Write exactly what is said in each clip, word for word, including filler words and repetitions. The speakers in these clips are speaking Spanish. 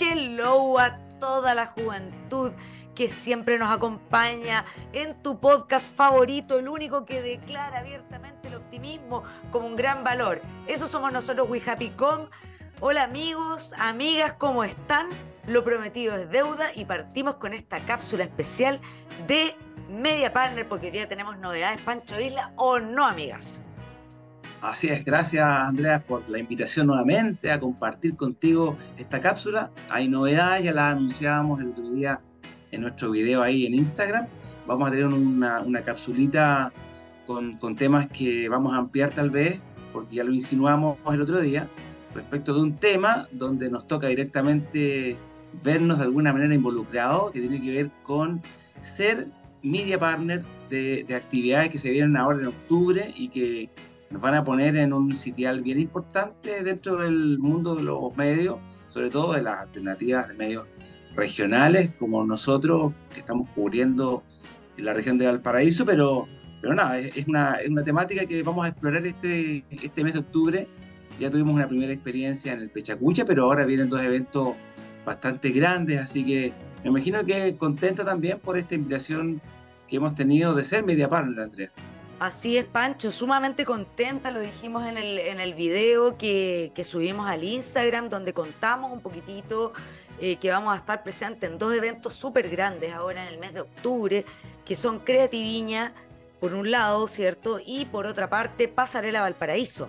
Hello a toda la juventud que siempre nos acompaña en tu podcast favorito, el único que declara abiertamente el optimismo como un gran valor. Eso somos nosotros, We Happy Com. Hola amigos, amigas, ¿cómo están? Lo prometido es deuda y partimos con esta cápsula especial de Media Partner porque hoy día tenemos novedades, Pancho Isla, ¿o no, amigas? Así es, gracias Andrea por la invitación nuevamente a compartir contigo esta cápsula. Hay novedades, ya las anunciábamos el otro día en nuestro video ahí en Instagram. Vamos a tener una, una capsulita con, con temas que vamos a ampliar tal vez, porque ya lo insinuamos el otro día, respecto de un tema donde nos toca directamente vernos de alguna manera involucrados, que tiene que ver con ser media partner de, de actividades que se vienen ahora en octubre y que nos van a poner en un sitial bien importante dentro del mundo de los medios, sobre todo de las alternativas de medios regionales, como nosotros que estamos cubriendo la región de Valparaíso, pero, pero nada, es, es, una, es una temática que vamos a explorar este, este mes de octubre. Ya tuvimos una primera experiencia en el Pechacucha, pero ahora vienen dos eventos bastante grandes, así que me imagino que contenta también por esta invitación que hemos tenido de ser media partner, Andrea. Así es, Pancho, sumamente contenta, lo dijimos en el, en el video que, que subimos al Instagram, donde contamos un poquitito eh, que vamos a estar presentes en dos eventos súper grandes ahora en el mes de octubre, que son Creativiña, por un lado, ¿cierto? Y por otra parte, Pasarela Valparaíso.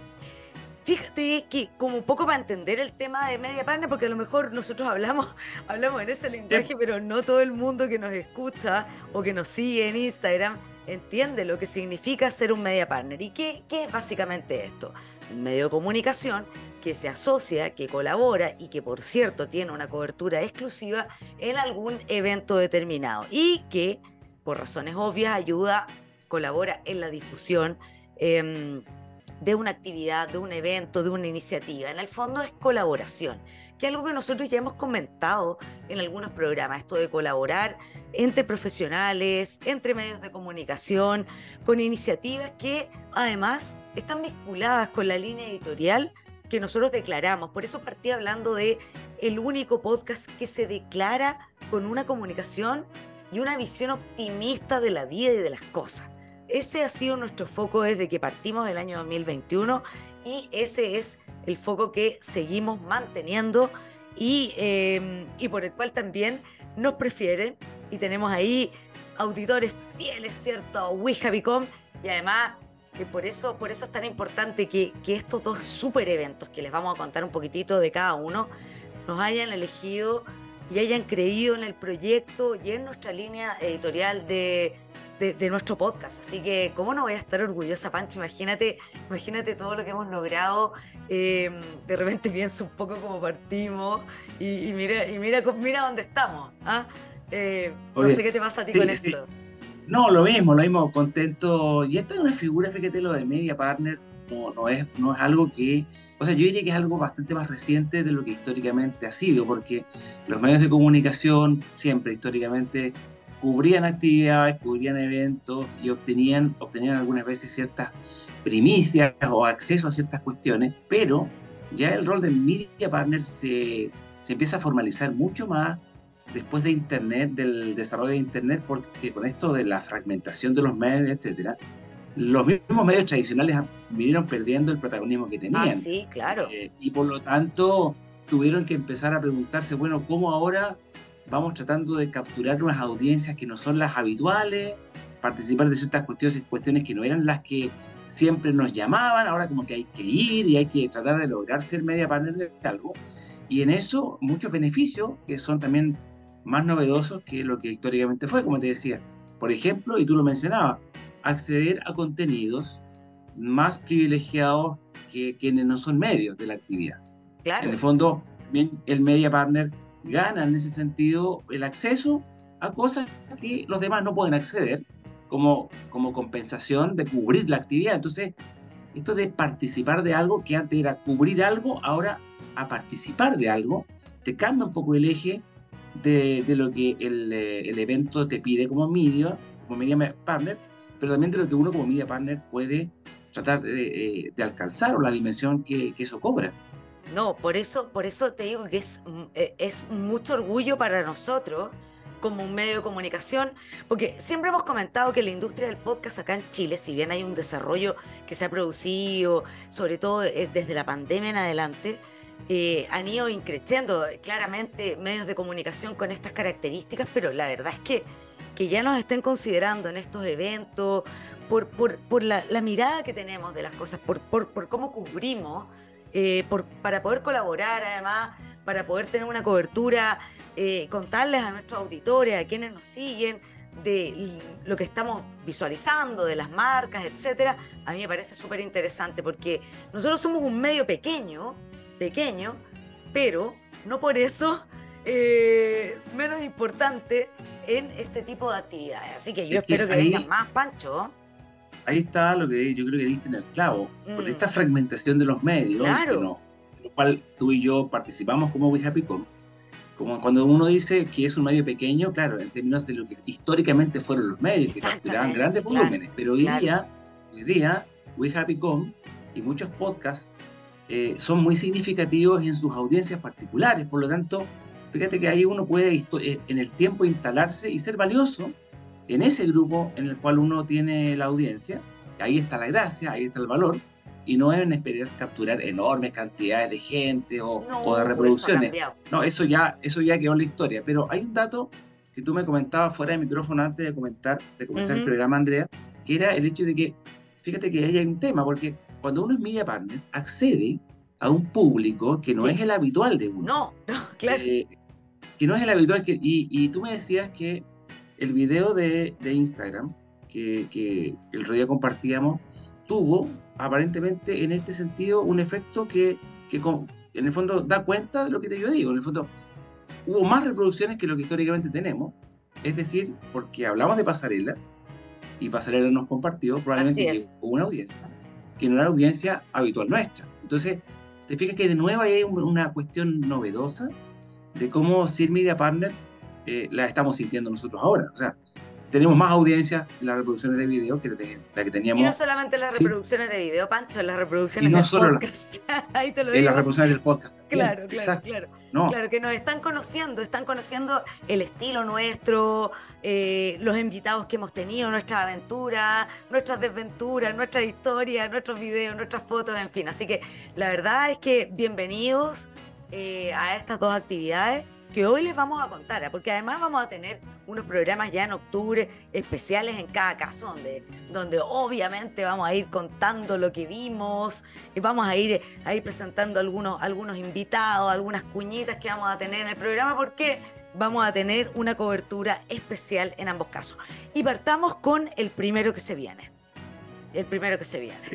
Fíjate que como un poco para entender el tema de Media Partner, porque a lo mejor nosotros hablamos, hablamos en ese lenguaje, pero no todo el mundo que nos escucha o que nos sigue en Instagram entiende lo que significa ser un Media Partner. ¿Y qué, qué es básicamente esto? Un medio de comunicación que se asocia, que colabora y que por cierto tiene una cobertura exclusiva en algún evento determinado y que por razones obvias ayuda, colabora en la difusión eh, de una actividad, de un evento, de una iniciativa. En el fondo es colaboración, que es algo que nosotros ya hemos comentado en algunos programas, esto de colaborar entre profesionales, entre medios de comunicación, con iniciativas que además están vinculadas con la línea editorial que nosotros declaramos. Por eso partí hablando de el único podcast que se declara con una comunicación y una visión optimista de la vida y de las cosas. Ese ha sido nuestro foco desde que partimos el año dos mil veintiuno y ese es el foco que seguimos manteniendo y, eh, y por el cual también nos prefieren y tenemos ahí auditores fieles, ¿cierto? A We Happy Com y además que por eso, por eso es tan importante que, que estos dos super eventos que les vamos a contar un poquitito de cada uno nos hayan elegido y hayan creído en el proyecto y en nuestra línea editorial de De, de nuestro podcast, así que cómo no voy a estar orgullosa, Pancho. Imagínate, imagínate todo lo que hemos logrado. Eh, de repente pienso un poco como partimos y, y mira, y mira, mira dónde estamos. ¿Ah? Eh, no sé Oye, qué te pasa a ti con sí, sí. esto. No, lo mismo, lo mismo, contento. Y esta es una figura, fíjate, lo de Media Partner, no, no es, no es algo que, o sea, yo diría que es algo bastante más reciente de lo que históricamente ha sido, porque los medios de comunicación siempre históricamente cubrían actividades, cubrían eventos y obtenían, obtenían algunas veces ciertas primicias o acceso a ciertas cuestiones, pero ya el rol del Media Partner se, se empieza a formalizar mucho más después de Internet, del desarrollo de Internet, porque con esto de la fragmentación de los medios, etcétera, los mismos medios tradicionales vinieron perdiendo el protagonismo que Ah, tenían. sí, claro. Eh, y por lo tanto tuvieron que empezar a preguntarse, bueno, ¿cómo ahora vamos tratando de capturar unas audiencias que no son las habituales, participar de ciertas cuestiones, cuestiones que no eran las que siempre nos llamaban, ahora como que hay que ir y hay que tratar de lograr ser media partner de algo? Y en eso muchos beneficios que son también más novedosos que lo que históricamente fue, como te decía. Por ejemplo, y tú lo mencionabas, acceder a contenidos más privilegiados que quienes no son medios de la actividad. En el Claro. fondo, también el media partner gana en ese sentido el acceso a cosas que los demás no pueden acceder como, como compensación de cubrir la actividad. Entonces, esto de participar de algo que antes era cubrir algo, ahora a participar de algo, te cambia un poco el eje de, de lo que el, eh, el evento te pide como media, como media partner, pero también de lo que uno como media partner puede tratar de, eh, de alcanzar o la dimensión que, que eso cobra. No, por eso, por eso te digo que es, mm, eh, es mucho orgullo para nosotros como un medio de comunicación, porque siempre hemos comentado que la industria del podcast acá en Chile, si bien hay un desarrollo que se ha producido, sobre todo eh, desde la pandemia en adelante, eh, han ido increciendo claramente medios de comunicación con estas características, pero la verdad es que, que ya nos estén considerando en estos eventos, por, por, por la, la mirada que tenemos de las cosas, por, por, por cómo cubrimos, eh, por, para poder colaborar además, para poder tener una cobertura, eh, contarles a nuestros auditores, a quienes nos siguen, de lo que estamos visualizando, de las marcas, etcétera. A mí me parece súper interesante porque nosotros somos un medio pequeño, pequeño, pero no por eso eh, menos importante en este tipo de actividades. Así que yo Es que espero que vengan ahí, más, Pancho. ahí está lo que yo creo que diste en el clavo, por Mm, esta fragmentación de los medios, que claro, no, en lo cual tú y yo participamos como WeHappyCom. Como cuando uno dice que es un medio pequeño, claro, en términos de lo que históricamente fueron los medios, que capturaban exactamente, grandes claro, volúmenes, pero hoy claro. día, hoy día, WeHappyCom y muchos podcasts eh, son muy significativos en sus audiencias particulares, por lo tanto, fíjate que ahí uno puede histo- eh, en el tiempo instalarse y ser valioso en ese grupo en el cual uno tiene la audiencia. Ahí está la gracia, ahí está el valor, y no en esperar capturar enormes cantidades de gente o, o de No, pues eso ha reproducciones. cambiado. No, eso ya, eso ya quedó en la historia. Pero hay un dato que tú me comentabas fuera de micrófono antes de comentar, de comenzar el Ujú. programa, Andrea, que era el hecho de que, fíjate que ahí hay un tema, porque cuando uno es media partner, accede a un público que no Sí, es el habitual de uno. no, no, claro. Eh, que no es el habitual. Que, y, y tú me decías que el video de, de Instagram que, que el otro día compartíamos tuvo aparentemente en este sentido un efecto que, que con, en el fondo da cuenta de lo que te yo digo. En el fondo hubo más reproducciones que lo que históricamente tenemos, es decir, porque hablamos de Pasarela y Pasarela nos compartió, Así probablemente llegó es. una audiencia que no era la audiencia habitual nuestra. Entonces, te fijas que de nuevo ahí hay un- una cuestión novedosa de cómo Sir Media Partner eh, la estamos sintiendo nosotros ahora. O sea, tenemos más audiencia en las reproducciones de video que la, que la que Y no teníamos, solamente las sí, reproducciones de video, Pancho, las y reproducciones no del solo la- podcast. Ahí te lo en las digo. reproducciones del podcast también. Claro, claro, Exacto. claro. No, Claro, que nos están conociendo, están conociendo el estilo nuestro, eh, los invitados que hemos tenido, nuestras aventuras, nuestras desventuras, nuestras historias, nuestros videos, nuestras fotos, en fin. Así que la verdad es que bienvenidos eh, a estas dos actividades que hoy les vamos a contar, ¿eh? Porque además vamos a tener unos programas ya en octubre especiales en cada caso, donde, donde obviamente vamos a ir contando lo que vimos, y vamos a ir, a ir presentando algunos, algunos invitados, algunas cuñitas que vamos a tener en el programa, porque vamos a tener una cobertura especial en ambos casos. Y partamos con el primero que se viene. El primero que se viene. sí.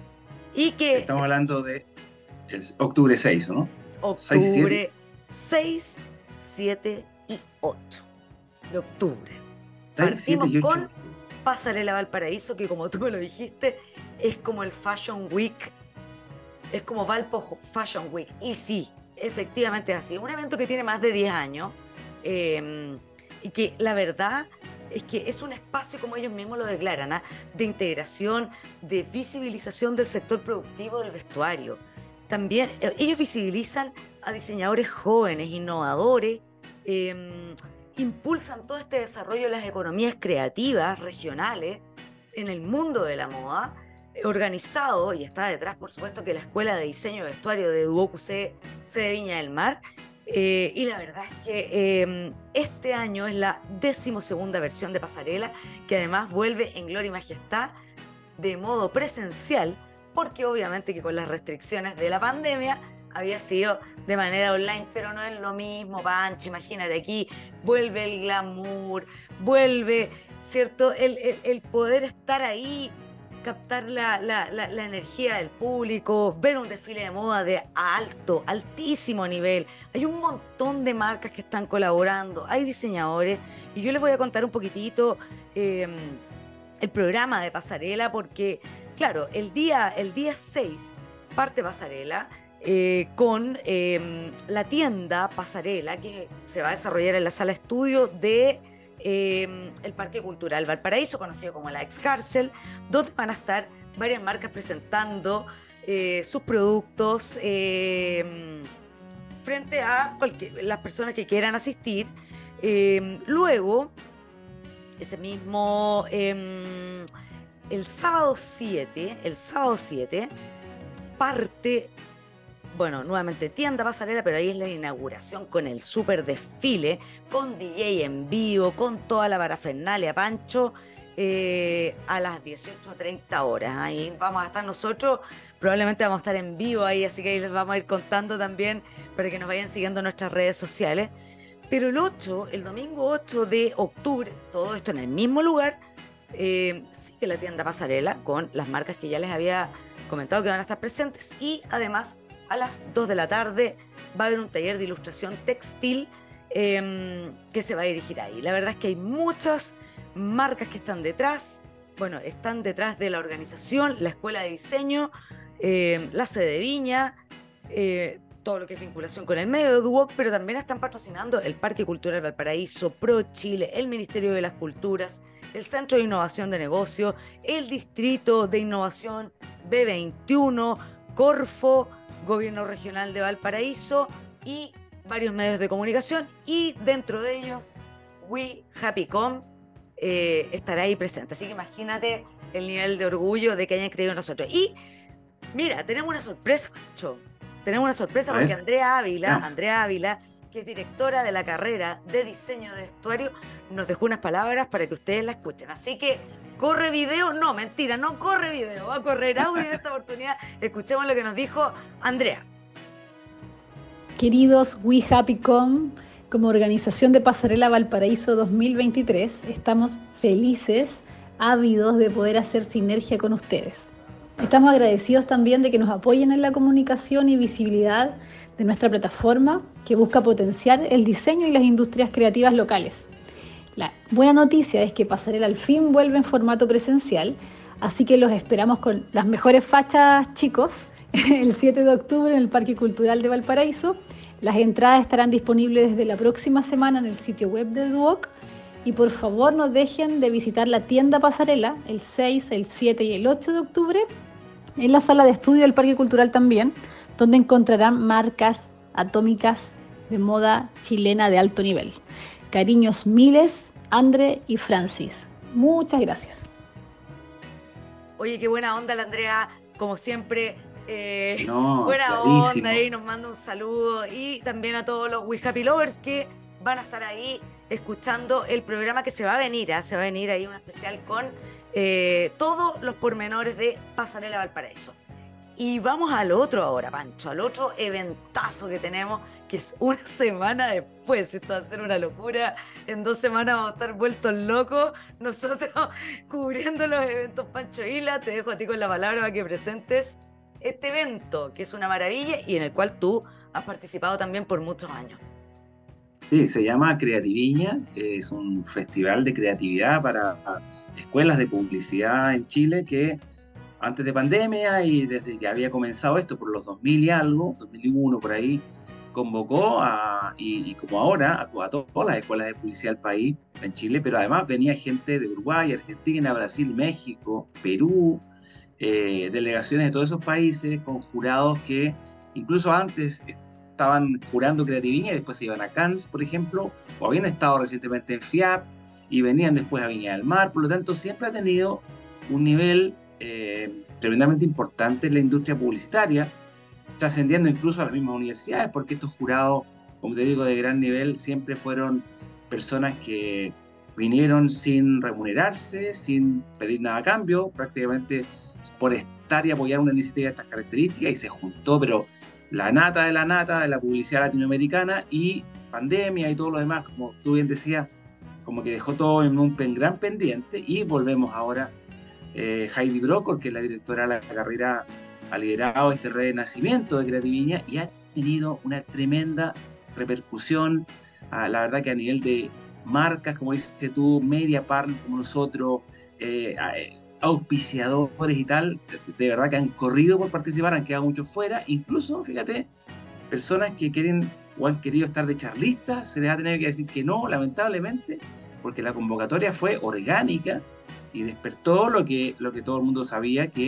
Y que Estamos hablando de el octubre seis, ¿o no? seis y siete. octubre seis, siete y ocho de octubre. seis, siete Partimos y ocho. con Pasarela Valparaíso, que como tú me lo dijiste, es como el Fashion Week, es como Valpo Fashion Week. Y sí, efectivamente es así. Un evento que tiene más de diez años eh, y que la verdad es que es un espacio, como ellos mismos lo declaran, ¿ah? De integración, de visibilización del sector productivo del vestuario. También eh, ellos visibilizan a diseñadores jóvenes, innovadores, eh, impulsan todo este desarrollo de las economías creativas regionales en el mundo de la moda, eh, organizado, y está detrás, por supuesto, que la Escuela de Diseño y Vestuario de Duoc U C, sede Viña del Mar. Eh, y la verdad es que eh, este año es la decimosegunda versión de Pasarela, que además vuelve en gloria y majestad de modo presencial, porque obviamente que con las restricciones de la pandemia había sido de manera online, pero no es lo mismo, Pancho. Imagínate, aquí vuelve el glamour, vuelve, ¿cierto? El, el, el poder estar ahí, captar la, la, la, la energía del público, ver un desfile de moda de alto, altísimo nivel. Hay un montón de marcas que están colaborando, hay diseñadores, y yo les voy a contar un poquitito eh, el programa de Pasarela, porque, claro, el día, el día seis parte Pasarela eh, con eh, la tienda Pasarela, que se va a desarrollar en la sala estudio de eh, el Parque Cultural Valparaíso, conocido como la ex cárcel, donde van a estar varias marcas presentando eh, sus productos eh, frente a cualquier, las personas que quieran asistir. Eh, luego, ese mismo, eh, el sábado siete, el sábado siete, parte, bueno, nuevamente tienda pasarela, pero ahí es la inauguración con el super desfile, con D J en vivo, con toda la parafernalia, Pancho, eh, a las dieciocho treinta horas. Ahí vamos a estar nosotros, probablemente vamos a estar en vivo ahí, así que ahí les vamos a ir contando también para que nos vayan siguiendo en nuestras redes sociales. Pero el ocho, el domingo ocho de octubre, todo esto en el mismo lugar, eh, sigue la tienda pasarela con las marcas que ya les había comentado que van a estar presentes, y además a las dos de la tarde va a haber un taller de ilustración textil eh, que se va a dirigir ahí. La verdad es que hay muchas marcas que están detrás, bueno, están detrás de la organización, la Escuela de Diseño, eh, la sede de Viña, eh, todo lo que es vinculación con el medio de Duoc, pero también están patrocinando el Parque Cultural Valparaíso, Pro Chile, el Ministerio de las Culturas, el Centro de Innovación de Negocio, el Distrito de Innovación B veintiuno, Corfo, Gobierno Regional de Valparaíso y varios medios de comunicación, y dentro de ellos We Happy Com eh, estará ahí presente. Así que imagínate el nivel de orgullo de que hayan creído en nosotros. Y mira, tenemos una sorpresa, Pancho. Tenemos una sorpresa porque Andrea Ávila, ya. Andrea Ávila, que es directora de la carrera de diseño de vestuario, nos dejó unas palabras para que ustedes la escuchen. Así que, ¿corre video? No, mentira, no corre video, va a correr audio en esta oportunidad. Escuchemos lo que nos dijo Andrea. Queridos We Happy Com, como organización de Pasarela Valparaíso dos mil veintitrés, estamos felices, ávidos de poder hacer sinergia con ustedes. Estamos agradecidos también de que nos apoyen en la comunicación y visibilidad de nuestra plataforma que busca potenciar el diseño y las industrias creativas locales. La buena noticia es que Pasarela al fin vuelve en formato presencial, así que los esperamos con las mejores fachas, chicos, el siete de octubre en el Parque Cultural de Valparaíso. Las entradas estarán disponibles desde la próxima semana en el sitio web del Duoc. Y por favor no dejen de visitar la tienda Pasarela el seis, el siete y el ocho de octubre en la sala de estudio del Parque Cultural también, donde encontrarán marcas atómicas de moda chilena de alto nivel. Cariños miles, Andre y Francis. Muchas gracias. Oye, qué buena onda la Andrea, como siempre. Eh, no, buena clarísimo. onda, y nos manda un saludo, y también a todos los We Happy Lovers que van a estar ahí escuchando el programa que se va a venir, ¿eh? Se va a venir ahí un especial con eh, todos los pormenores de Pasarela Valparaíso. Y vamos al otro ahora, Pancho, al otro eventazo que tenemos, que es una semana después. Esto va a ser una locura. En dos semanas vamos a estar vueltos locos nosotros cubriendo los eventos. Pancho Isla, te dejo a ti con la palabra para que presentes este evento, que es una maravilla y en el cual tú has participado también por muchos años. Sí, se llama Creativiña, es un festival de creatividad para escuelas de publicidad en Chile que antes de pandemia y desde que había comenzado esto por los dos mil y algo, dos mil uno por ahí, convocó a, y, y como ahora, a, a todas las escuelas de publicidad del país en Chile, pero además venía gente de Uruguay, Argentina, Brasil, México, Perú, eh, delegaciones de todos esos países con jurados que incluso antes estaban jurando Creativiña y después se iban a Cannes, por ejemplo, o habían estado recientemente en FIAP y venían después a Viña del Mar. Por lo tanto, siempre ha tenido un nivel eh, tremendamente importante en la industria publicitaria, trascendiendo incluso a las mismas universidades, porque estos jurados, como te digo, de gran nivel, siempre fueron personas que vinieron sin remunerarse, sin pedir nada a cambio, prácticamente por estar y apoyar una iniciativa de estas características, y se juntó, pero la nata de la nata de la publicidad latinoamericana, y pandemia y todo lo demás, como tú bien decías, como que dejó todo en un gran pendiente, y volvemos ahora. Eh, Heidi Brokor, que es la directora de la carrera, ha liderado este renacimiento de Creativiña y ha tenido una tremenda repercusión, a, la verdad que a nivel de marcas, como dices tú, media partner como nosotros, eh, auspiciadores y tal, de, de verdad que han corrido por participar, han quedado muchos fuera, incluso, fíjate, personas que quieren o han querido estar de charlistas, se les ha tenido que decir que no, lamentablemente, porque la convocatoria fue orgánica y despertó lo que, lo que todo el mundo sabía, que, que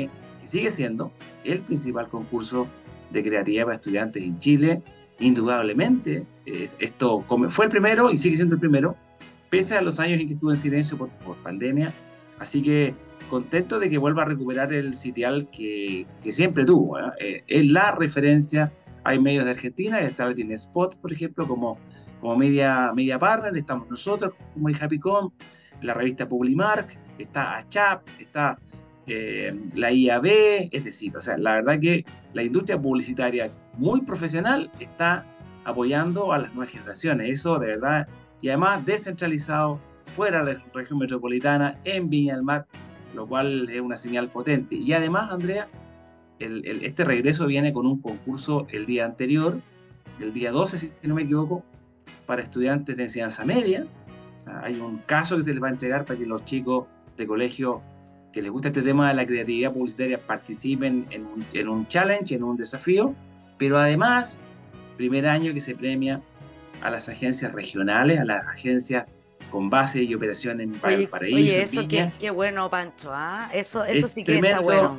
que sigue siendo el principal concurso de creatividad para estudiantes en Chile. Indudablemente, eh, esto fue el primero y sigue siendo el primero, pese a los años en que estuvo en silencio por, por pandemia. Así que contento de que vuelva a recuperar el sitial que, que siempre tuvo. ¿eh? Eh, es la referencia. Hay medios de Argentina, está el Spot, por ejemplo, como, como media, media partner, estamos nosotros como WeHappyCom, la revista Publimark, está ACHAP, está eh, la I A B, es decir, o sea, la verdad que la industria publicitaria muy profesional está apoyando a las nuevas generaciones, eso de verdad, y además descentralizado, fuera de la región metropolitana, en Viña del Mar, lo cual es una señal potente. Y además, Andrea, el, el, este regreso viene con un concurso el día anterior, el día doce, si no me equivoco, para estudiantes de enseñanza media. Hay un caso que se les va a entregar para que los chicos de colegio que les gusta este tema de la creatividad publicitaria participen en un, en un challenge, en un desafío, pero además, primer año que se premia a las agencias regionales, a las agencias con base y operación en Valparaíso. Oye, eso qué, qué bueno, Pancho, ¿ah? ¿eh? Eso, eso sí que tremendo. Está bueno.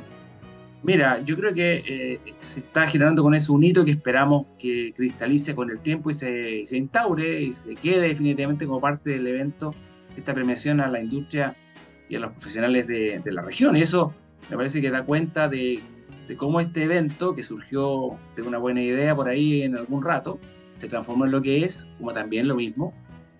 Mira, yo creo que eh, se está generando con eso un hito que esperamos que cristalice con el tiempo y se, se instaure y se quede definitivamente como parte del evento, esta premiación a la industria y a los profesionales de, de la región. Y eso me parece que da cuenta de, de cómo este evento, que surgió de una buena idea por ahí en algún rato, se transformó en lo que es, como también lo mismo,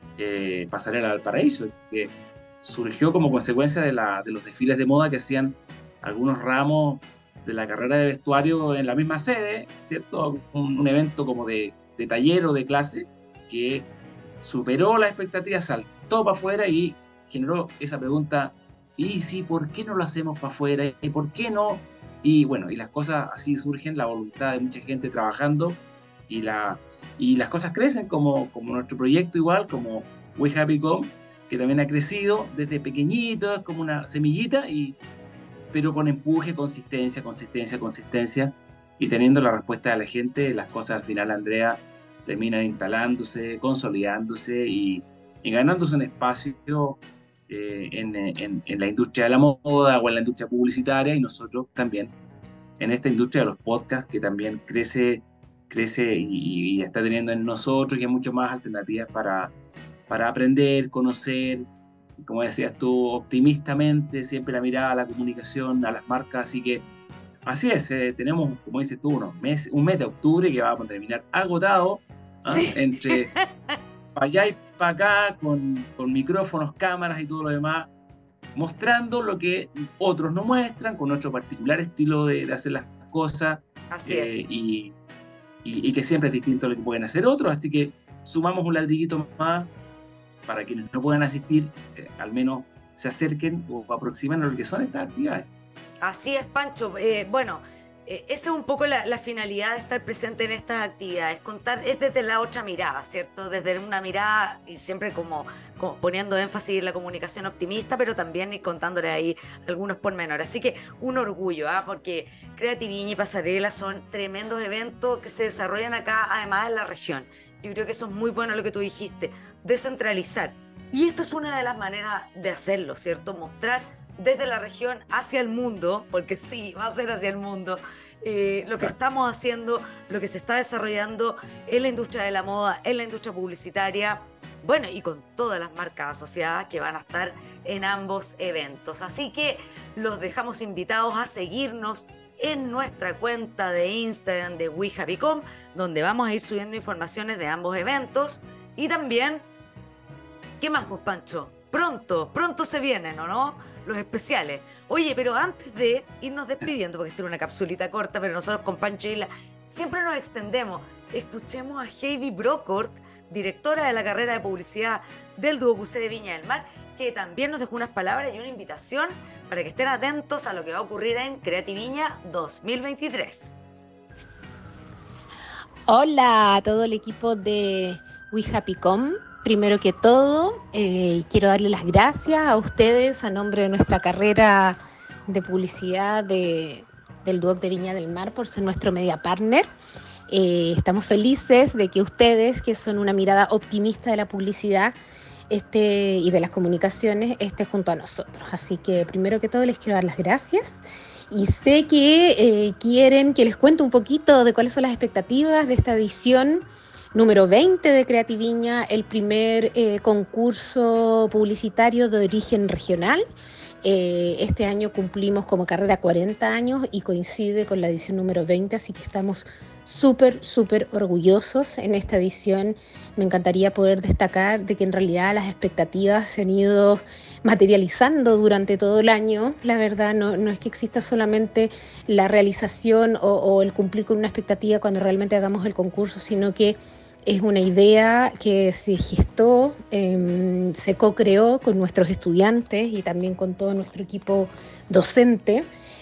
eh, Pasarela Valparaíso, que surgió como consecuencia de, la, de los desfiles de moda que hacían algunos ramos de la carrera de vestuario en la misma sede, ¿cierto? Un, un evento como de, de taller o de clase que superó las expectativas, saltó para afuera y generó esa pregunta, ¿y si por qué no lo hacemos para afuera? ¿Y por qué no? Y bueno, y las cosas así surgen, la voluntad de mucha gente trabajando y, la, y las cosas crecen como, como nuestro proyecto igual, como WeHappyCom, que también ha crecido desde pequeñito, es como una semillita, y pero con empuje, consistencia, consistencia, consistencia, y teniendo la respuesta de la gente, las cosas al final, Andrea, terminan instalándose, consolidándose y, y ganándose un espacio eh, en, en, en la industria de la moda o en la industria publicitaria, y nosotros también en esta industria de los podcasts que también crece, crece y, y está teniendo en nosotros, y hay muchas más alternativas para, para aprender, conocer. Como decías tú, optimistamente, siempre la mirada a la comunicación, a las marcas, así que así es, eh, tenemos, como dices tú, unos meses, un mes de octubre que vamos a terminar agotado, ¿eh? Sí. Entre para allá y para acá, con, con micrófonos, cámaras y todo lo demás, mostrando lo que otros no muestran, con nuestro particular estilo de, de hacer las cosas, así eh, es. Y, y, y que siempre es distinto a lo que pueden hacer otros, así que sumamos un ladrillito más para quienes no puedan asistir, eh, al menos se acerquen o aproximen a lo que son estas actividades. Así es, Pancho. Eh, bueno, eh, esa es un poco la, la finalidad de estar presente en estas actividades, contar, es desde la otra mirada, ¿cierto? Desde una mirada y siempre como, como poniendo énfasis en la comunicación optimista, pero también y contándole ahí algunos pormenores. Así que un orgullo, ¿ah? ¿eh? Porque Creativiña y Pasarela son tremendos eventos que se desarrollan acá, además en la región. Yo creo que eso es muy bueno lo que tú dijiste, descentralizar. Y esta es una de las maneras de hacerlo, ¿cierto? Mostrar desde la región hacia el mundo, porque sí, va a ser hacia el mundo, eh, lo que estamos haciendo, lo que se está desarrollando en la industria de la moda, en la industria publicitaria, bueno, y con todas las marcas asociadas que van a estar en ambos eventos. Así que los dejamos invitados a seguirnos en nuestra cuenta de Instagram de WeHappyCom, donde vamos a ir subiendo informaciones de ambos eventos. Y también, ¿qué más, pues, Pancho? Pronto, pronto se vienen, ¿o no? Los especiales. Oye, pero antes de irnos despidiendo, porque esta era una capsulita corta, pero nosotros con Pancho Isla siempre nos extendemos. Escuchemos a Heidi Brockort, directora de la carrera de publicidad del Duoc U C de Viña del Mar, que también nos dejó unas palabras y una invitación para que estén atentos a lo que va a ocurrir en Creativiña dos mil veintitrés. Hola a todo el equipo de WeHappyCom. Primero que todo, eh, quiero darle las gracias a ustedes a nombre de nuestra carrera de publicidad de, del Duoc de Viña del Mar por ser nuestro media partner. Eh, estamos felices de que ustedes, que son una mirada optimista de la publicidad este, y de las comunicaciones, estén junto a nosotros. Así que primero que todo les quiero dar las gracias y sé que eh, quieren que les cuente un poquito de cuáles son las expectativas de esta edición número veinte de Creativiña, el primer eh, concurso publicitario de origen regional. Eh, este año cumplimos como carrera cuarenta años y coincide con la edición número veinte, así que estamos súper, súper orgullosos en esta edición. Me encantaría poder destacar de que en realidad las expectativas se han ido materializando durante todo el año. La verdad, no, no es que exista solamente la realización o, o el cumplir con una expectativa cuando realmente hagamos el concurso, sino que es una idea que se gestó, eh, se co-creó con nuestros estudiantes y también con todo nuestro equipo docente,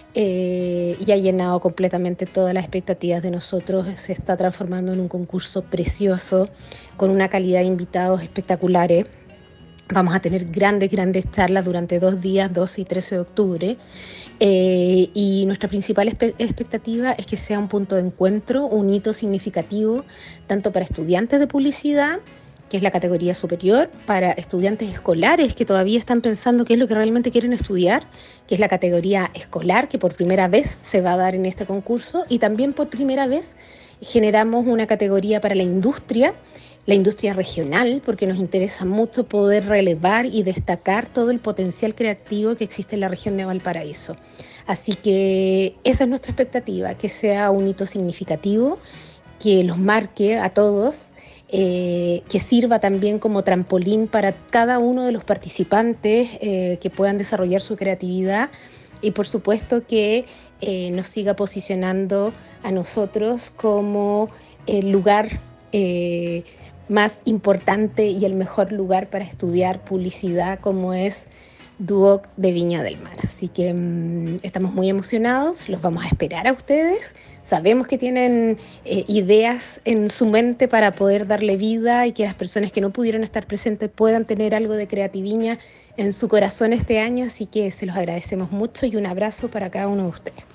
eh, y ha llenado completamente todas las expectativas de nosotros. Se está transformando en un concurso precioso, con una calidad de invitados espectaculares. Vamos a tener grandes, grandes charlas durante dos días, doce y trece de octubre. Eh, y nuestra principal espe- expectativa es que sea un punto de encuentro, un hito significativo, tanto para estudiantes de publicidad, que es la categoría superior, para estudiantes escolares que todavía están pensando qué es lo que realmente quieren estudiar, que es la categoría escolar, que por primera vez se va a dar en este concurso, y también por primera vez generamos una categoría para la industria, la industria regional, porque nos interesa mucho poder relevar y destacar todo el potencial creativo que existe en la región de Valparaíso. Así que esa es nuestra expectativa, que sea un hito significativo, que los marque a todos, eh, que sirva también como trampolín para cada uno de los participantes, eh, que puedan desarrollar su creatividad y por supuesto que eh, nos siga posicionando a nosotros como el lugar eh, más importante y el mejor lugar para estudiar publicidad, como es Duoc de Viña del Mar. Así que mmm, estamos muy emocionados, los vamos a esperar a ustedes. Sabemos que tienen eh, ideas en su mente para poder darle vida y que las personas que no pudieron estar presentes puedan tener algo de Creativiña en su corazón este año, así que se los agradecemos mucho y un abrazo para cada uno de ustedes.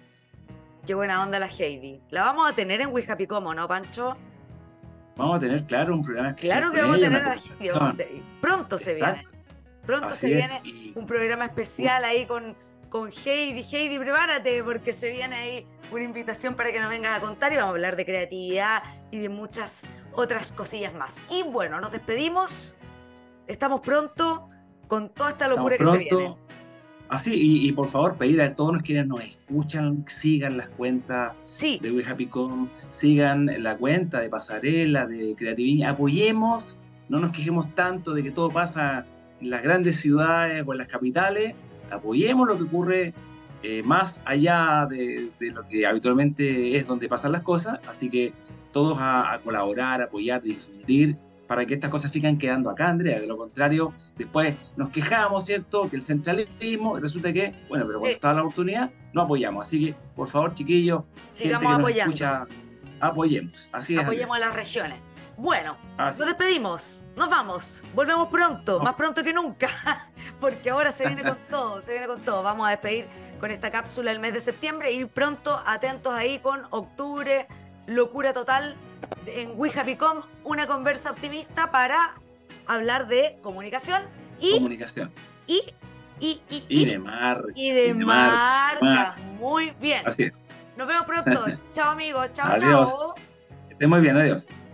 Qué buena onda la Heidi. La vamos a tener en Wijapicom, ¿no, Pancho? Vamos a tener, claro, un programa especial. Claro que con vamos ella, a tener a una la Heidi. Vamos a tener- Pronto se Exacto. viene. Pronto Así se es, viene y- un programa especial ahí con, con Heidi. Heidi, prepárate, porque se viene ahí una invitación para que nos vengas a contar y vamos a hablar de creatividad y de muchas otras cosillas más. Y bueno, nos despedimos. Estamos pronto con toda esta locura Estamos que se viene. pronto. Así, y, y por favor, pedir a todos los quienes nos escuchan, sigan las cuentas Sí, de Wijapicom, sigan la cuenta de Pasarela, de Creativiña, apoyemos, no nos quejemos tanto de que todo pasa en las grandes ciudades o en las capitales, apoyemos lo que ocurre eh, más allá de, de lo que habitualmente es donde pasan las cosas, así que todos a, a colaborar, apoyar, difundir, para que estas cosas sigan quedando acá, Andrea. De lo contrario, después nos quejamos, ¿cierto? Que el centralismo, y resulta que, bueno, pero cuando sí, está la oportunidad, no apoyamos. Así que, por favor, chiquillos, gente sigamos que nos apoyando. escucha, apoyemos. Así es, Andrea. Apoyemos a las regiones. Bueno, Así nos es. despedimos, nos vamos, volvemos pronto, No. más pronto que nunca, porque ahora se viene con todo, se viene con todo. Vamos a despedir con esta cápsula el mes de septiembre y prronto atentos ahí con octubre, locura total en Wijapicom, una conversa optimista para hablar de comunicación y, Comunicación. y, y, y, Y de marca. y de marca. marca. Muy bien. Así es. Nos vemos pronto. Chao amigos, chao, Adiós. chao. Que estén muy bien, adiós.